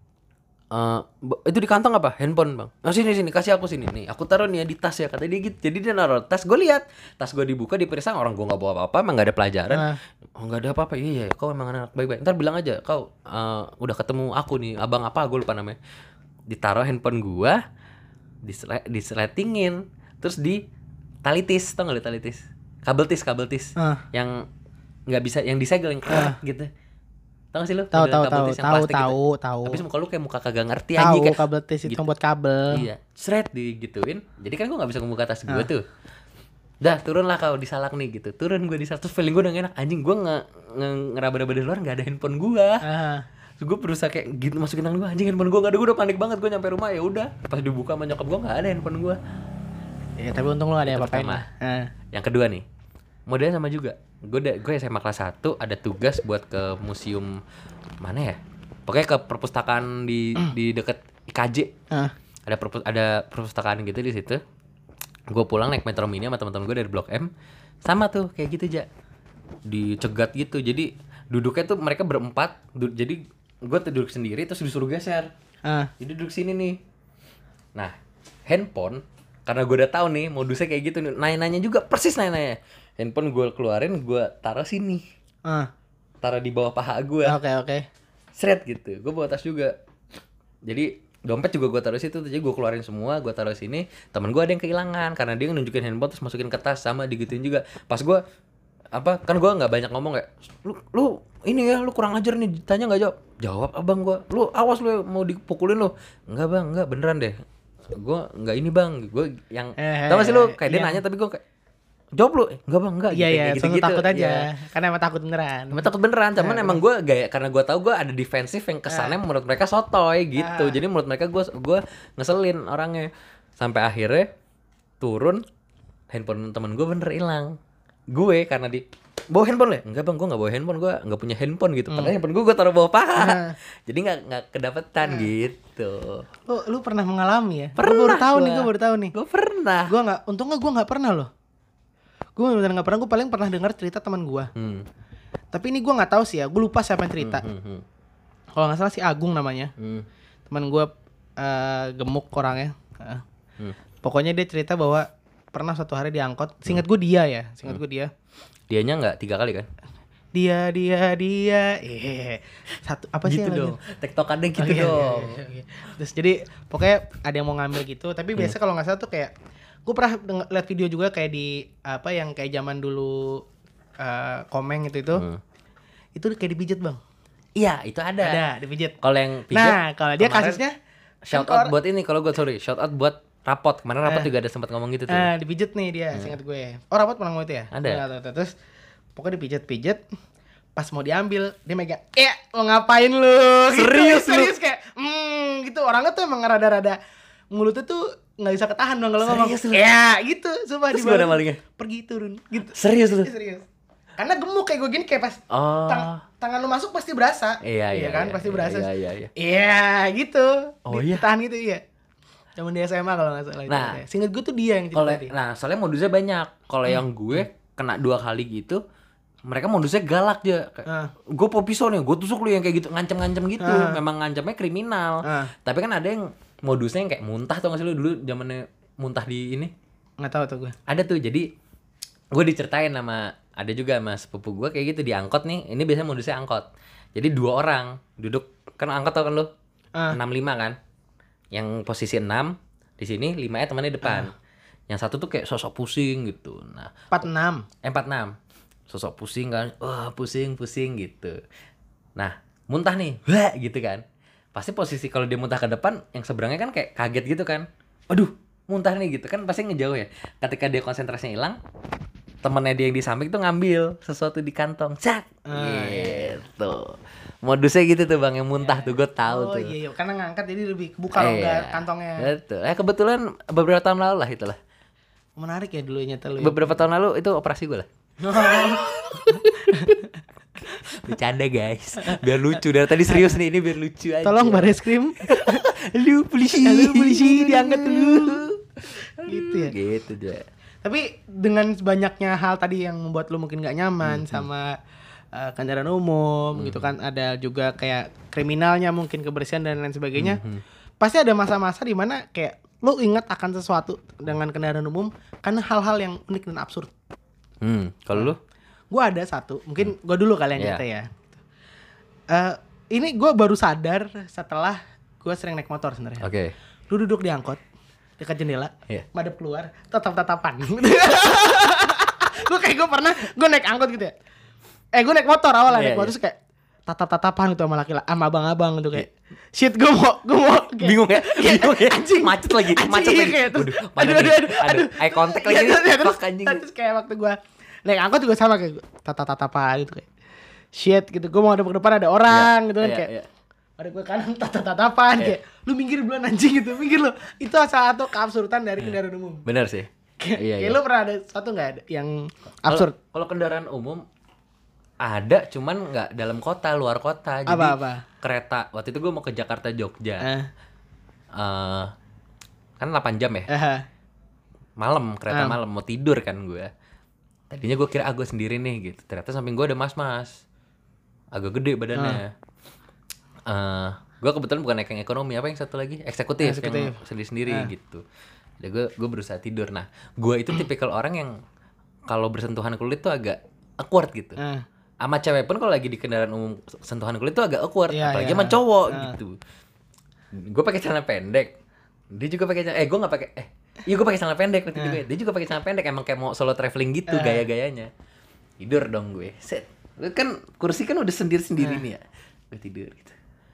Uh, itu di kantong apa? Handphone bang. Nah sini sini kasih aku sini nih. Aku taruh nih ya di tas ya kata dia gitu. Jadi dia naruh tas. Gue lihat tas gue dibuka diperiksa orang gue nggak bawa apa-apa. Emang nggak ada pelajaran. Nah. Oh nggak ada apa-apa. Iya iya. Kau emang anak baik-baik. Ntar bilang aja kau uh, udah ketemu aku nih. Abang apa? Gue lupa namanya. Ditaruh handphone gue. Disle- disletingin. Terus di talitis. Tau nggak lu talitis? Kabel tis kabel tis. Uh. Yang nggak bisa. Yang disegel yang kerat uh. gitu. Tahu sih lu? Tahu Model tahu kabel tahu tis yang tahu plastik tahu gitu. tahu. Tapi muka lu kayak muka kagak ngerti Tahu anjing kayak kabel tis itu gitu. buat kabel. Iya, seret digituin. Jadi kan gue nggak bisa ngebuka tas gue tuh. Dah turunlah kau di Salak nih gitu. Turun gue di Salak terus feeling gue udah gak enak. Anjing gue nge, nge ngeraba-raba di luar nggak ada handphone gue. Uh. Terus gue berusaha kayak gitu masukin tangan gue. Anjing handphone gue nggak ada. Gue udah panik banget. Gue nyampe rumah ya udah. Pas dibuka sama nyokap gue nggak ada handphone gue. Ya tapi untung lu ada yang apa-apain. Pertama. Uh. Yang kedua nih. Modelnya sama juga. Gue gue S M A kelas satu ada tugas buat ke museum mana ya? Pokoknya ke perpustakaan di mm. di deket I K J. Uh. Ada perpust- ada perpustakaan gitu di situ. Gue pulang naik Metro Mini sama teman-teman gue dari Blok M. Sama tuh kayak gitu aja. Dicegat gitu. Jadi duduknya tuh mereka berempat. Du- jadi gue tuh duduk sendiri terus disuruh geser. Uh. Jadi duduk sini nih. Nah, handphone karena gue udah tahu nih modusnya kayak gitu nih. Nanya-nanya juga persis nanya-nanya. Handphone gue keluarin, gue taruh sini. Uh. Taruh di bawah paha gue. Oke okay, oke. Okay. Seret gitu. Gue bawa tas juga. Jadi dompet juga gue taruh situ. Jadi gue keluarin semua, gue taruh sini. Temen gue ada yang kehilangan karena dia nunjukin handphone terus masukin ke tas sama digituin juga. Pas gue apa kan gue nggak banyak ngomong kayak lu lu ini ya lu kurang ajar nih ditanya nggak jawab jawab abang gue lu awas lu mau dipukulin lu nggak bang nggak beneran deh gue nggak ini bang gue yang eh, tau gak sih lu kayak iya. dia nanya tapi gue kayak jawab lu, eh, enggak bang, enggak iya, gitu, iya, gitu, gitu, takut aja, ya. karena emang takut beneran. Emang takut beneran, cuman ya, emang gue gaya karena gue tahu gue ada defensif yang kesannya ah. menurut mereka sotoy gitu, ah. jadi menurut mereka gue gue ngeselin orangnya, sampai akhirnya turun handphone temen gue bener hilang, gue karena di bawa handphone le, enggak bang, gue nggak bawa handphone, gue nggak punya handphone gitu, padahal hmm. handphone gue gue taruh bawah paha, ah. jadi nggak nggak kedapetan ah. gitu. Lu lu pernah mengalami ya? Pernah. Gue baru tahu gua. nih, gue baru tahu nih. Gue pernah. Gue nggak, untungnya gue nggak pernah loh. Gue bener nggak pernah, gue paling pernah dengar cerita teman gue. Hmm. Tapi ini gue nggak tahu sih ya, gue lupa siapa yang cerita. Hmm, hmm, hmm. Kalau nggak salah si Agung namanya. Hmm. Teman gue uh, gemuk orangnya. Uh. Hmm. Pokoknya dia cerita bahwa pernah suatu hari diangkot. Seingat gue dia ya, seingat hmm. gue dia. Dianya nggak tiga kali kan? Dia dia dia eh satu apa sih gitu dong. Tektokannya gitu oh, dong. Iya, iya, iya. Terus jadi pokoknya ada yang mau ngambil gitu, tapi biasa hmm. kalau nggak salah tuh kayak gue pernah deng- lihat video juga kayak di apa yang kayak zaman dulu uh, Komeng itu itu hmm. itu kayak dipijit bang. Iya itu ada. Ada dipijit. Kalau yang pijit. Nah kalau dia kasusnya shout out buat ini kalau gue sorry shout out buat rapot kemarin rapot eh, juga ada sempat ngomong gitu tuh. Nah dipijit nih dia, hmm. seingat gue. Oh rapot pernah ngomong itu ya? Ada. Nah, terus pokoknya dipijit-pijit, pas mau diambil dia megang, eh mau ngapain lu? Serius gitu, serius kayak, hmm gitu orangnya tuh emang rada-rada mulutnya tuh nggak bisa ketahan dong kalau ngomong. Ya gitu, sumpah di bawah. Malingnya? Pergi turun, gitu. Serius lu? Serius. Karena gemuk kayak gue gini kayak pas oh. tang- tangan lu masuk pasti berasa. Iya iya. Iya kan iya, pasti iya, berasa. Iya iya iya. Iya gitu. Oh iya. Ditahan gitu iya. Zaman di S M A kalau nggak salah. Nah, seinget gue tuh dia yang cerita. Nah soalnya modusnya banyak. Kalau hmm. yang gue kena dua kali gitu. Mereka modusnya galak aja. Uh. Gue mau pisau nih, gue tusuk lu yang kayak gitu, ngancem-ngancem gitu. Uh. Memang ngancemnya kriminal. Uh. Tapi kan ada yang modusnya yang kayak muntah tuh nggak sih lu dulu zamannya muntah di ini? Nggak tahu tuh gue. Ada tuh, jadi gue diceritain sama ada juga sama sepupu gue kayak gitu di angkot nih. Ini biasanya modusnya angkot. Jadi dua orang duduk kan angkot tau kan lu? enam lima kan? Yang posisi enam di sini, lima nya temannya depan. Uh. Yang satu tuh kayak sosok pusing gitu. Nah, empat enam Eh, empat enam sosok pusing kan, wah pusing pusing gitu. Nah muntah nih, wah gitu kan. Pasti posisi kalau dia muntah ke depan, yang seberangnya kan kayak kaget gitu kan. Aduh muntah nih gitu kan, pasti ngejauh ya. Ketika dia konsentrasinya hilang, temennya dia yang di samping tuh ngambil sesuatu di kantong, cak, Ah, gitu. Modusnya gitu tuh bang, yang muntah tuh gue tahu Oh tuh. iya, iya, karena ngangkat jadi lebih kebuka loh Iya, kantongnya. betul. Eh kebetulan beberapa tahun lalu lah itulah. Menarik ya dulu nyata lu. Ya. Beberapa tahun lalu itu operasi gue lah. Bercanda guys, biar lucu. Dari tadi serius nih, ini biar lucu aja. Tolong Bareskrim. Halo polisi. Halo polisi, diangkat dulu. Gitu ya. Gitu deh. Tapi dengan banyaknya hal tadi yang membuat lu mungkin gak nyaman Hmm. sama uh, kendaraan umum gitu kan, ada juga kayak kriminalnya mungkin, kebersihan dan lain sebagainya. Hmm. Pasti ada masa-masa di mana kayak lu ingat akan sesuatu dengan kendaraan umum karena hal-hal yang unik dan absurd. Hmm, kalau lu? Gua ada satu, mungkin gua dulu kalian Iya. cerita ya. Eh, ini gua baru sadar setelah gua sering naik motor sebenarnya. Oke. Lu duduk di angkot dekat jendela, Iya. madep keluar, tatap-tatapan. Gue kayak gue pernah, gue naik angkot gitu ya. Eh gue naik motor awalnya, Iya, naik motor iya. terus kayak tatap-tatapan gitu sama laki-laki, sama abang-abang gitu kayak. Shit, gue mau, gue mau. Kayak, Bingung ya? Bingung ya? Anjing. Macet lagi, Anjing, macet iya, lagi. kayak terus, Waduh, mana aduh, nih? aduh, aduh, Aduh, aduh. eye contact lagi Iya, nih. terus, terus, Fuck, anjing. terus kayak waktu gue naik angkot juga sama kayak tatap-tatapan gitu kayak. Shit gitu, gue mau ada ke depan ada orang Iya, gitu kan iya, kayak. iya. Ada gue kanan tatap-tatapan Iya. kayak lu minggir bulan anjing gitu, minggir lu. Itu salah satu keabsurdan dari kendaraan umum. Bener sih. Kayak, Iya, kayak iya. lu pernah ada satu nggak ada yang Kalau- absurd? Kalau kendaraan umum ada, cuman nggak dalam kota, luar kota. Jadi Apa-apa? kereta. Waktu itu gue mau ke Jakarta Jogja. Eh, Eh, kan delapan jam ya. eh, Malam, kereta Ah. malam, mau tidur kan gue. Tadinya gue kira ah gue sendiri nih gitu. Ternyata samping gue ada mas-mas. Agak gede badannya. Eh, gue kebetulan bukan naik yang ekonomi, apa yang satu lagi? Eksekutif, Eksekutif. yang sendiri-sendiri Ah. gitu. Jadi gue gue berusaha tidur. Nah, gue itu tipikal orang yang kalau bersentuhan kulit tuh agak awkward gitu. eh. Sama cewek pun kalau lagi di kendaraan umum sentuhan kulit tuh agak awkward, Iya, apalagi iya. sama cowok Ah. gitu. Gue pakai celana pendek, dia juga pakai celana, eh gue nggak pakai, eh iya gue pakai celana pendek waktu itu gue, dia juga pakai celana pendek, emang kayak mau solo traveling gitu Ah. gaya-gayanya. Tidur dong gue, set, Lu kan kursi kan udah sendiri-sendiri nih ya, gue tidur gitu.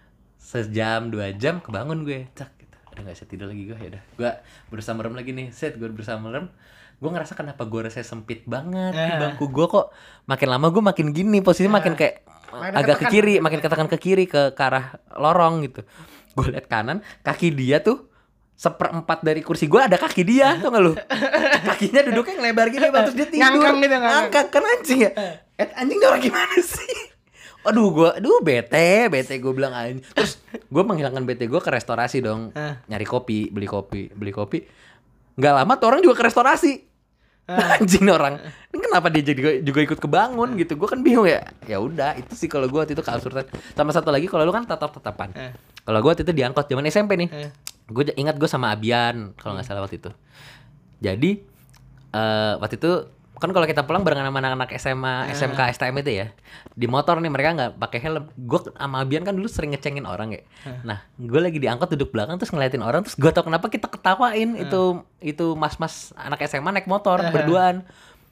Sejam dua jam kebangun gue, cak gitu. Udah nggak bisa tidur lagi gue, ya udah, gue berusaha merem lagi nih, set, gue berusaha merem. Gue ngerasa kenapa gue rasanya sempit banget di Ah. bangku gue, kok makin lama gue makin gini, posisinya makin kayak Makin agak ke ketekan. kiri, makin ketekan ke kiri ke, ke arah lorong gitu. Gue liat kanan, kaki dia tuh seperempat dari kursi gue ada kaki dia, tau gak lu? Kakinya duduknya ngelebar gini, Bang, terus dia tidur. Ngangkang gitu, ngangkang. Ngangkang, kan anjing ya. Eh, anjing ini orang gimana sih? Aduh, gue, aduh bete, bete gue bilang anjing. Terus gue menghilangkan bete gue ke restorasi dong, Eh. nyari kopi, beli kopi, beli kopi. Nggak lama tuh orang juga ke restorasi. Anjing nih orang, ini kenapa dia jadi juga ikut kebangun gitu? Gue kan bingung ya. Ya udah, itu sih kalau gue waktu itu keabsurdan. Sama satu lagi, kalau lu kan tatap-tatapan. Eh. Kalau gue waktu itu diangkot zaman S M P nih. Eh. Gue ingat gue sama Abian kalau nggak salah waktu itu. Jadi eh waktu itu kan kalau kita pulang barengan sama anak-anak S M A, S M K, S T M itu ya. Di motor nih mereka nggak pakai helm. Gue sama Abian kan dulu sering ngecengin orang ya. Nah, gue lagi diangkot duduk belakang terus ngeliatin orang, terus gue tau kenapa kita ketawain itu itu mas-mas anak S M A naik motor berduaan.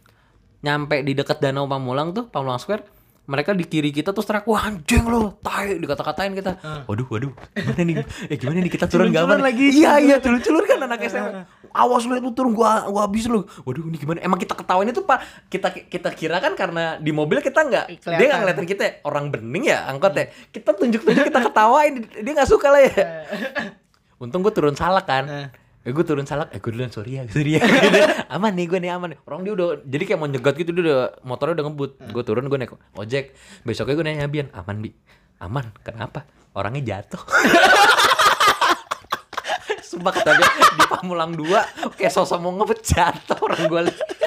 Nyampe di dekat Danau Pamulang tuh, Pamulang Square. Mereka di kiri kita terus teriak, wah anjing lo, tai, dikata-katain kita. Waduh, waduh, gimana nih? Eh gimana nih kita turun gak Culun-culun aman? lagi. Iya, iya, culun-culun kan anak S M A. Awas lu, lu turun, gua gua habis lu. Waduh, ini gimana? Emang kita ketawain itu Pak, kita kita kira kan karena di mobil kita nggak, dia Kelihatan. nggak ngeliatin kita orang bening ya angkot ya. Kita tunjuk-tunjuk kita ketawain, dia nggak suka lah ya. Untung gue turun salak kan. Eh gue turun salak, eh gue duluan sorry ya, sorry ya. Aman nih gue nih aman nih. Orang dia udah, jadi kayak mau nyegat gitu, dia udah motornya udah ngebut. Gue turun, gue naik ojek. Besoknya gue nanya Bian, aman Bi? Aman, kenapa? Orangnya jatuh. Sumpah kata dia, di Pamulang dua, kayak sosok mau ngebut jatuh orang gue.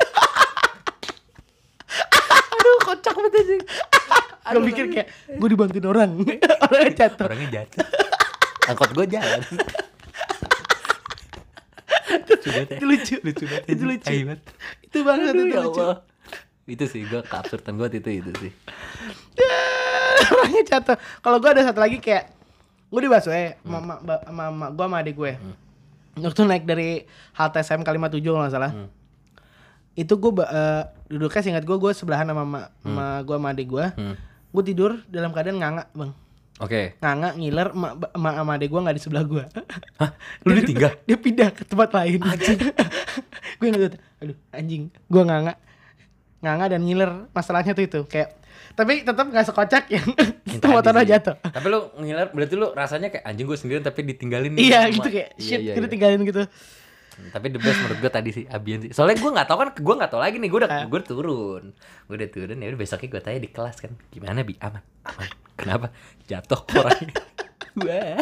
Aduh kocak banget sih. Gue mikir kayak gue dibantuin orang, orangnya jatuh. Orangnya jatuh. Angkot gue jalan. Lucu banget ya. Itu lucu, Lucu banget. itu lucu. Tai banget. Itu banget Aduh, itu ya lucu. Allah. Itu sih gue keabsurdan gue itu itu sih. Orangnya jatuh. Kalau gue ada satu lagi kayak gue di busway sama mama, mama gue sama adik gue. Waktu naik dari halte S M K lima puluh tujuh kalau nggak salah. itu gue uh, duduknya singkat gue gue sebelahan sama ma- sama gue sama adik gue. Hmm. Gue tidur dalam keadaan nganga bang. Oke. Nganga ngiler ma- ma- sama adik gue nggak di sebelah gue. Hah? Lu Dia- ditinggal? Dia pindah ke tempat lain. Anjing. Gue ngeliat, aduh anjing. Gue nganga, nganga dan ngiler. Masalahnya tuh itu kayak. Tapi tetap nggak sekocak yang Yang itu motornya tadi sih. jatuh. Tapi lu ngiler berarti lu rasanya kayak anjing gue sendirian tapi ditinggalin nih Iya sama- gitu kayak Iya, shit iya, kita iya. tinggalin gitu. Hmm, Tapi the best menurut gue tadi sih Abian sih. Soalnya gue nggak tahu kan, gue nggak tahu lagi nih. Gue udah Ah. gue turun, gue udah turun ya. Udah besoknya gue tanya di kelas kan, gimana Bi? Aman, aman. Kenapa? Jatuh orangnya. Wah.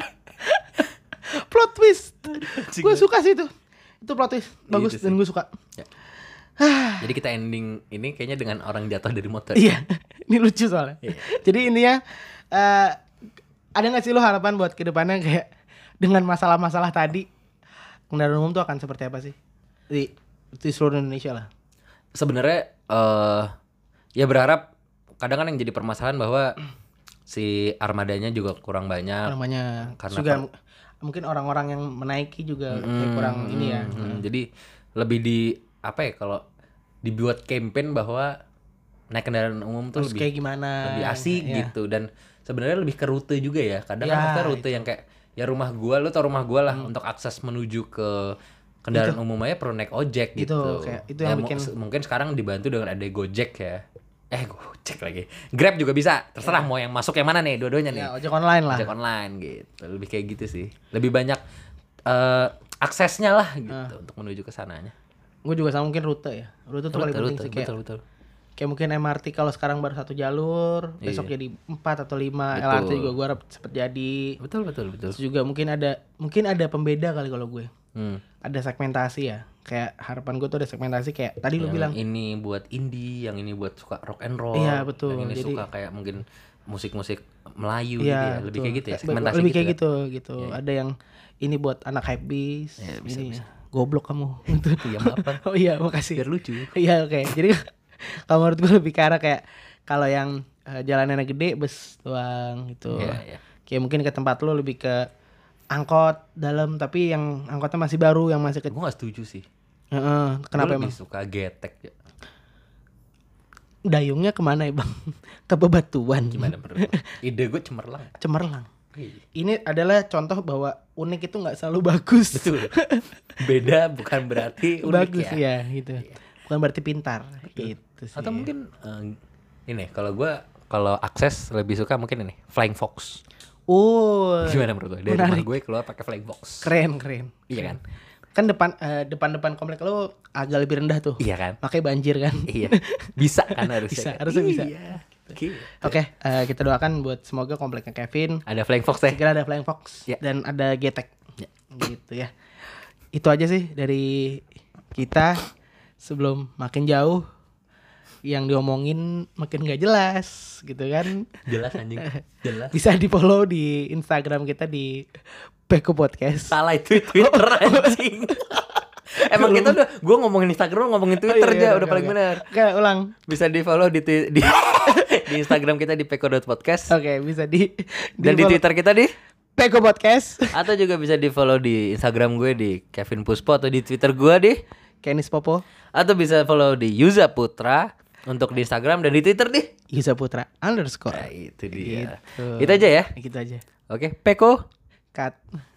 Plot twist. Anjing Gue banget. suka sih itu. Itu plot twist bagus Gitu dan sih. gue suka. Ya. Jadi kita ending ini kayaknya dengan orang jatuh dari motor. Iya, ini lucu soalnya. Iya. Jadi intinya eh ada nggak sih lo harapan buat kedepannya kayak dengan masalah-masalah tadi kendaraan umum tuh akan seperti apa sih di, di seluruh Indonesia lah? Sebenarnya eh ya berharap kadang kan yang jadi permasalahan bahwa si armadanya juga kurang banyak. Namanya karena juga per- m- mungkin orang-orang yang menaiki juga kayak kurang ini ya. Hmm, Jadi lebih di apa ya kalau dibuat campaign bahwa naik kendaraan umum tuh Terus lebih kayak gimana? lebih asik Iya. gitu, dan sebenarnya lebih ke rute juga ya. Kadang Ya, kan maksudnya rute yang kayak ya rumah gua, lu tau rumah gua lah, untuk akses menuju ke kendaraan umum aja perlu naik ojek Itu, gitu. kayak itu Ya, yang mu- bikin- se- mungkin sekarang dibantu dengan ada Gojek ya. Eh Gojek lagi. Grab juga bisa. Terserah mau yang masuk yang mana nih, dua-duanya nih. Ya, ojek online lah. Ojek online gitu. Lebih kayak gitu sih. Lebih banyak eh, aksesnya lah gitu Ah. untuk menuju ke sananya. Gue juga sama mungkin rute ya. Rute tuh paling penting sih kayak betul, betul. kayak mungkin M R T kalau sekarang baru satu jalur, besok Iya. jadi empat atau lima. Betul. L R T juga gue harap cepet jadi. Betul, betul, betul. Terus juga mungkin ada mungkin ada pembeda kali kalau gue. Hmm. Ada segmentasi ya. Kayak harapan gue tuh ada segmentasi kayak tadi lu Yang bilang. ini buat indie, yang ini buat suka rock and roll. Iya, betul. Yang ini Jadi- suka kayak mungkin musik-musik Melayu Iya, gitu ya. Lebih betul. kayak gitu ya. Kayak- Segmentasi lebih gitu kayak kan. gitu gitu. Iya, iya. Ada yang ini buat anak hypebeast. Iya, bisa, ini bisa. goblok kamu. Gitu. Iya, maaf Bang. Oh iya, makasih. Biar lucu. Iya, oke. Jadi kalau menurut gue lebih ke arah kayak kalau yang eh, jalanannya gede bus doang gitu. Iya, iya. Kayak mungkin ke tempat lu lebih ke angkot dalam tapi yang angkotnya masih baru yang masih ke Gue gak setuju sih. Heeh, kenapa Gua lebih emang? suka getek ya. Dayungnya kemana ya bang? Ke bebatuan. Gimana menurut lo? Ide gue cemerlang. Cemerlang. Iya. Ini adalah contoh bahwa unik itu nggak selalu bagus. Betul. Beda bukan berarti unik Bagus ya. ya, gitu. Bukan berarti pintar. Gitu sih. Atau mungkin eh, ini kalau gue kalau akses lebih suka mungkin ini Flying Fox. Oh, Gimana menurut lo? Dari menarik. rumah gue keluar pakai Flying Fox. Keren keren. Iya kan? Kan depan eh, depan-depan komplek lo agak lebih rendah tuh. Iya kan? Makanya banjir kan. Iya. Bisa kan harusnya. Bisa, kan? harusnya bisa. Iya. Gitu. Oke, eh, kita doakan buat semoga kompleknya Kevin Ada Flying Fox teh. segera ada Flying Fox Ya. dan ada Getek. Ya. Gitu ya. Itu aja sih dari kita sebelum makin jauh yang diomongin makin gak jelas gitu kan. Jelas anjing. Jelas. Bisa di follow di Instagram kita di Peko Podcast. Salah itu Twitter anjing. Emang kita udah gue ngomongin Instagram ngomongin Twitter Oh, iya, iya, aja oke, udah paling oke. benar. Oke, ulang. Bisa di follow di twi- di, di Instagram kita di peko dot podcast Oke, bisa di, dan di follow Twitter kita di Peko Podcast. atau juga bisa di follow di Instagram gue di Kevin Puspo atau di Twitter gue di Kenis Popo, atau bisa follow di Yuza Putra untuk di Instagram dan di Twitter di. Yusa Putra underscore. Nah, itu dia. Gitu. Itu aja ya. Gitu aja. Oke, Peko. Cut.